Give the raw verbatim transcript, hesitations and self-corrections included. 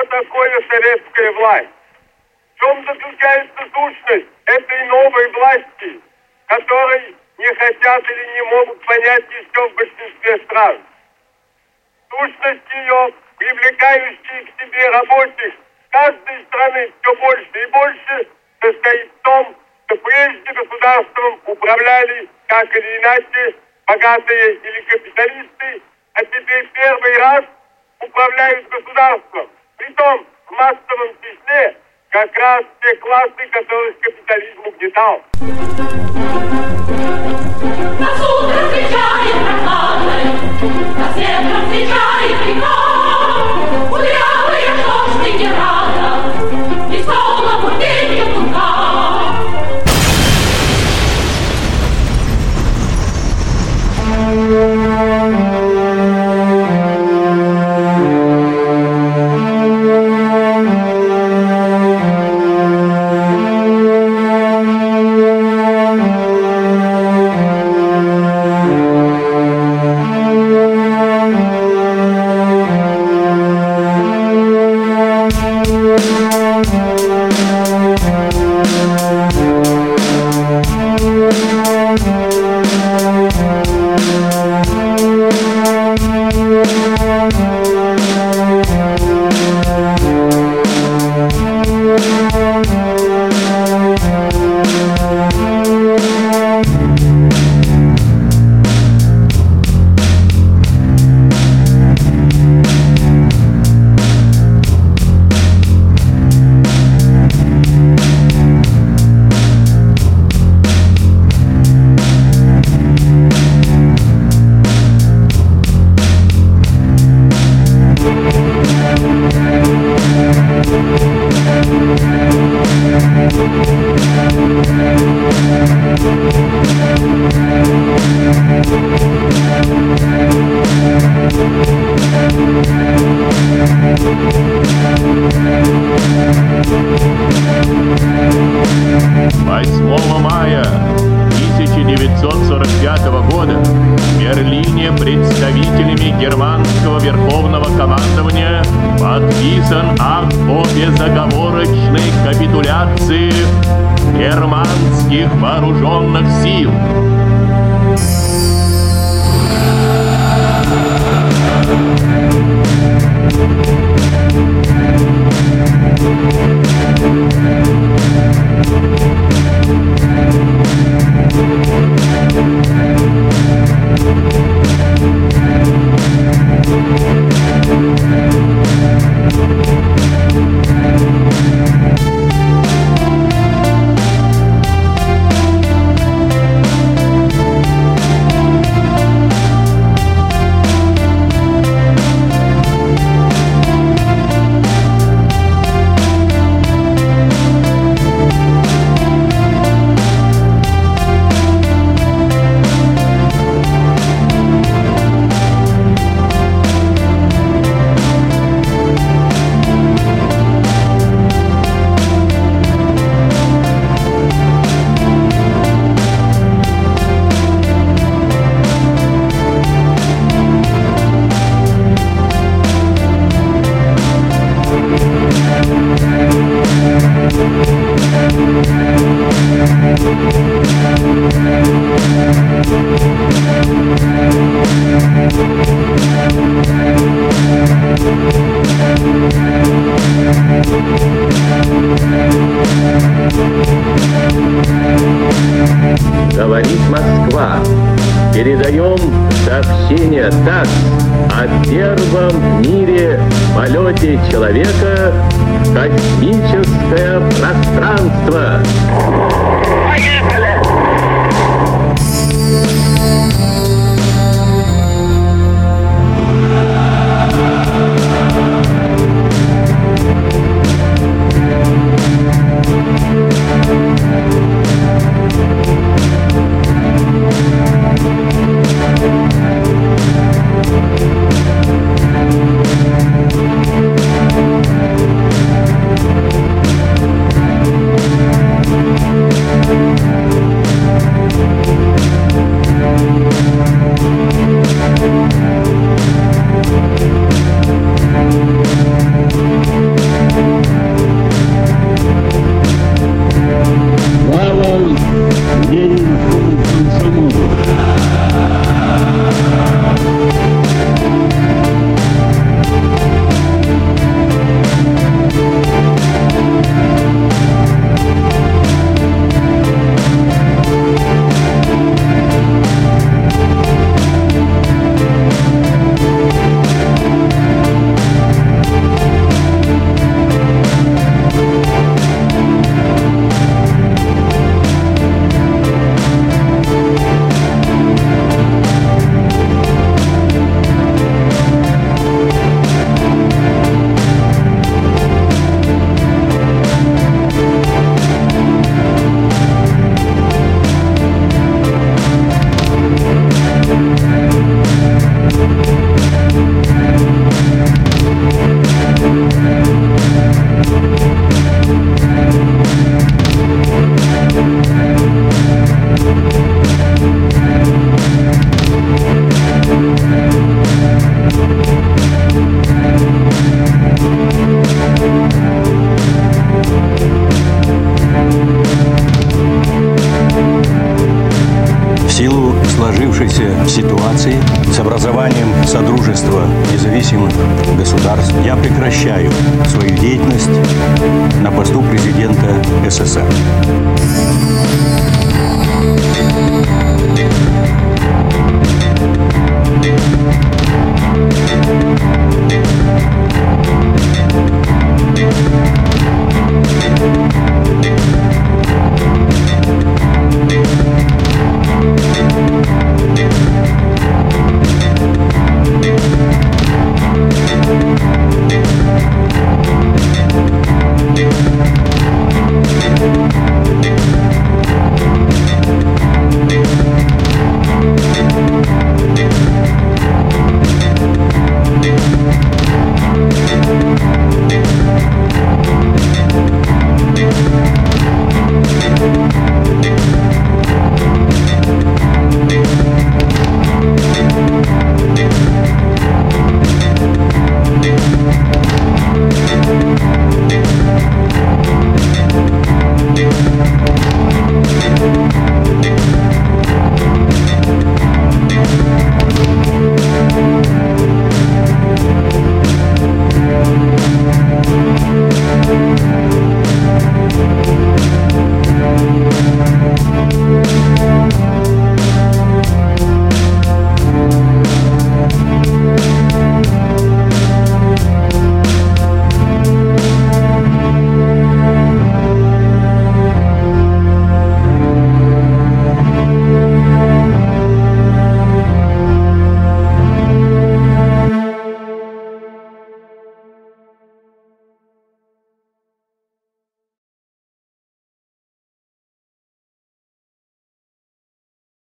такое советская власть? В чем заключается сущность этой новой власти, которой не хотят или не могут понять еще в большинстве стран? Сущность ее, привлекающая к себе рабочих каждой страны все больше и больше, состоит в том, что прежде государством управляли так или иначе богатые или капиталисты, а теперь первый раз управляют государством. Притом в массовом числе как раз те классы, которых капитализм угнетал. На суд встречает прохладой, на север встречает река, кудрявые шерсты генералов, и столом урденья тунка. восьмого мая тысяча девятьсот сорок пятого года в Берлине представителями германского верховного командования подписан акт о безоговорочной капитуляции германских вооруженных сил. Говорит Москва. Передаем сообщение ТАСС о первом в мире полете человека в космическое пространство. Поехали! Thank you. Содружества независимых государств я прекращаю свою деятельность на посту президента СССР.